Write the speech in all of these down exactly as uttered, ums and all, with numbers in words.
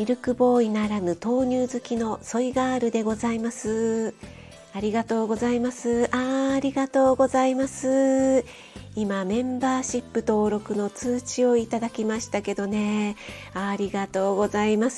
ミルクボーイならぬ豆乳好きのソイガールでございます。ありがとうございます。あ、ありがとうございます。今メンバーシップ登録の通知をいただきましたけどね、ありがとうございます。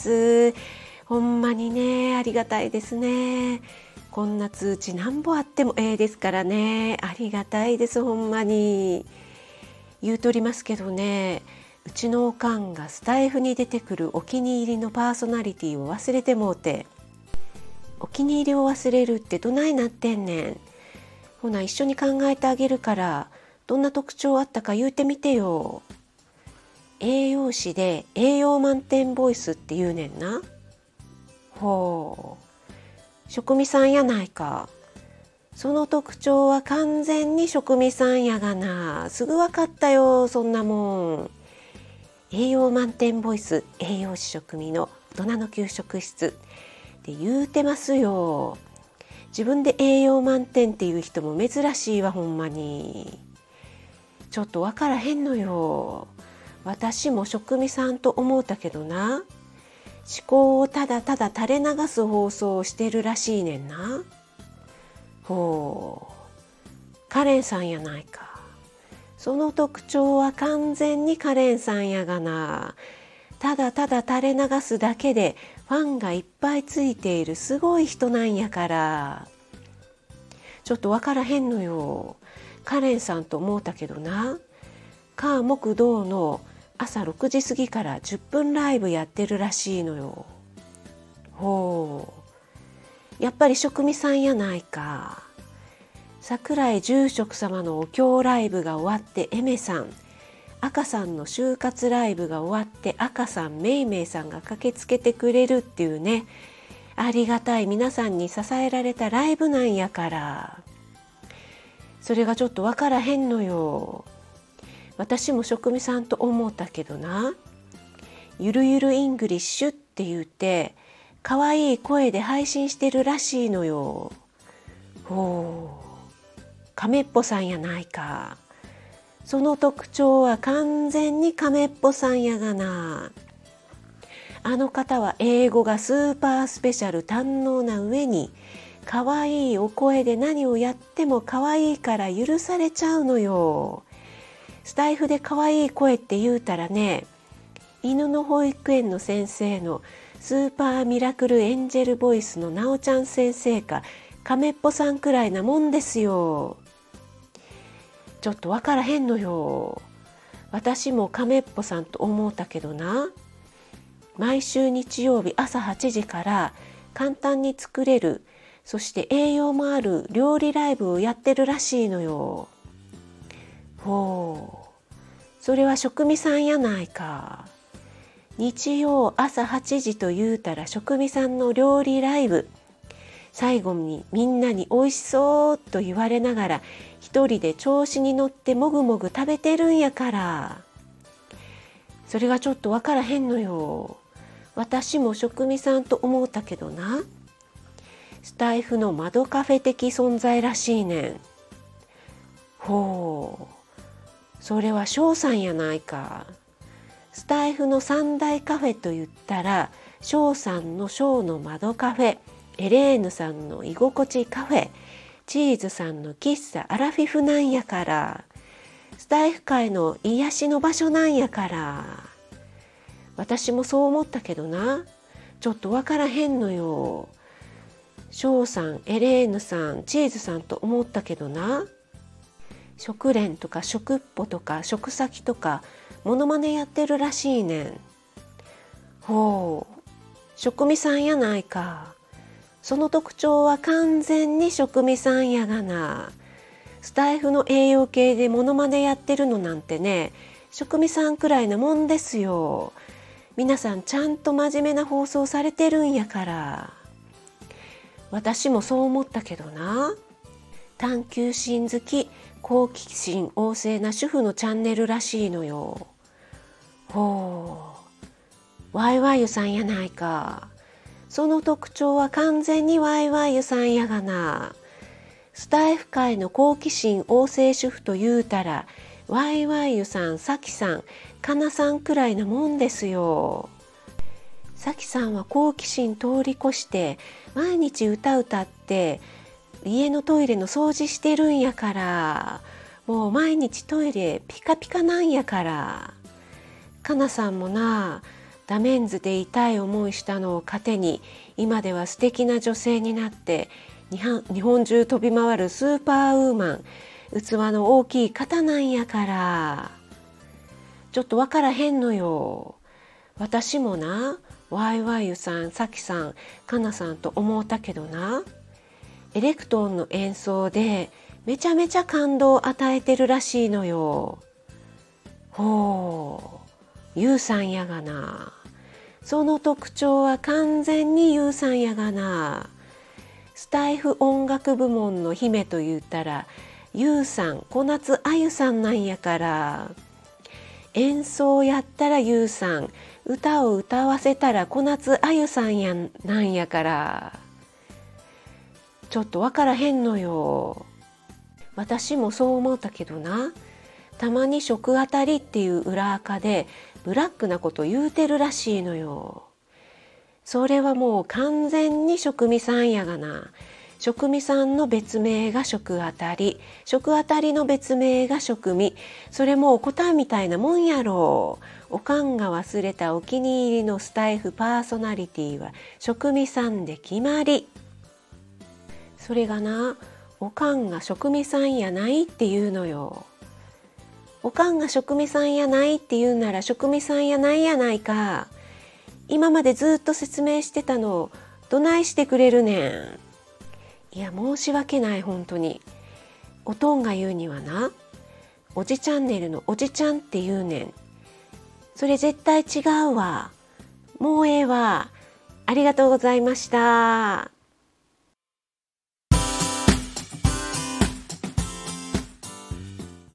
ほんまにね、ありがたいですね。こんな通知なんぼあってもええですからね、ありがたいです。ほんまに言うとりますけどね、うちのおかんがスタイフに出てくるお気に入りのパーソナリティを忘れてもうて、お気に入りを忘れるってどないなってんねん。ほな一緒に考えてあげるから、どんな特徴あったか言うてみてよ。栄養士で栄養満点ボイスって言うねんな。ほう、食味さんやないか。その特徴は完全に食味さんやがな。すぐわかったよ、そんなもん。栄養満点ボイス、栄養士食味の大人の給食室って言うてますよ。自分で栄養満点っていう人も珍しいわ、ほんまに。ちょっとわからへんのよ。私も食味さんと思うたけどな、思考をただただ垂れ流す放送をしてるらしいねんな。ほう、カレンさんやないか。その特徴は完全にカレンさんやがな。ただただ垂れ流すだけでファンがいっぱいついているすごい人なんやから。ちょっとわからへんのよ。カレンさんと思うたけどな、火木土の朝ろくじ過ぎからじゅっぷんライブやってるらしいのよ。ほう、やっぱり食味さんやないか。桜井住職様のお経ライブが終わってエメさん、赤さんの就活ライブが終わって赤さん、めいめいさんが駆けつけてくれるっていうね、ありがたい皆さんに支えられたライブなんやから。それがちょっとわからへんのよ。私も食味さんと思ったけどな、ゆるゆるイングリッシュって言って可愛い声で配信してるらしいのよ。ほう、亀っぽさんやないか。その特徴は完全に亀っぽさんやがな。あの方は英語がスーパースペシャル堪能な上に、可愛いお声で何をやっても可愛いから許されちゃうのよ。スタイフで可愛い声って言うたらね、犬の保育園の先生のスーパーミラクルエンジェルボイスのなおちゃん先生か亀っぽさんくらいなもんですよ。ちょっとわからへんのよ。私も亀っぽさんと思うたけどな、毎週日曜日朝はちじから簡単に作れる、そして栄養もある料理ライブをやってるらしいのよ。ほう、それは食味さんやないか。日曜朝はちじと言うたら食味さんの料理ライブ、最後にみんなに美味しそうと言われながら一人で調子に乗ってもぐもぐ食べてるんやから。それがちょっとわからへんのよ。私も食味さんと思うたけどな、スタイフの窓カフェ的存在らしいねん。ほう、それは翔さんやないか。スタイフの三大カフェと言ったら、翔さんの翔の窓カフェ、エレーヌさんの居心地カフェ、チーズさんの喫茶アラフィフなんやから。スタイフ界の癒しの場所なんやから。私もそう思ったけどな、ちょっとわからへんのよ。翔さん、エレーヌさん、チーズさんと思ったけどな、食連とか食っぽとか食先とかモノマネやってるらしいねん。ほう、食味さんやないか。その特徴は完全に食味さんやがな。スタイフの栄養系でモノマネやってるのなんてね、食味さんくらいなもんですよ。皆さんちゃんと真面目な放送されてるんやから。私もそう思ったけどな、探求心好き、好奇心旺盛な主婦のチャンネルらしいのよ。ほう、ワイワイユさんやないか。その特徴は完全にワイワイユさんやがな。スタイフ界の好奇心旺盛主婦と言うたら、ワイワイユさん、サキさん、カナさんくらいなもんですよ。 さきさんは好奇心通り越して毎日歌歌って家のトイレの掃除してるんやから、もう毎日トイレピカピカなんやから。かなさんもな、ダメンズで痛い思いしたのを糧に今では素敵な女性になって日本中飛び回るスーパーウーマン、器の大きい方なんやから。ちょっとわからへんのよ。私もな、ワイワイユさん、さきさん、かなさんと思ったけどな、エレクトーンの演奏でめちゃめちゃ感動を与えてるらしいのよ。ほう、ユウさんやがな。その特徴は完全にユウさんやがな。スタイフ音楽部門の姫と言ったらユウさん、小夏あゆさんなんやから。演奏やったらユウさん、歌を歌わせたら小夏あゆさんやなんやから。ちょっとわからへんのよ。私もそう思ったけどな、たまに食あたりっていう裏垢でブラックなこと言うてるらしいのよ。それはもう完全に食味さんやがな。食味さんの別名が食あたり、食あたりの別名が食味。それもおこたんみたいなもんやろう。おかんが忘れたお気に入りのスタイフパーソナリティは食味さんで決まり。それがな、おかんが食味さんやないって言うのよ。おかんが食味さんやないって言うなら食味さんやないやないか。今までずっと説明してたのをどないしてくれるねん。いや、申し訳ない、本当に。おとんが言うにはな、おじチャンネルのおじちゃんって言うねん。それ絶対違うわ。もうええわ。ありがとうございました。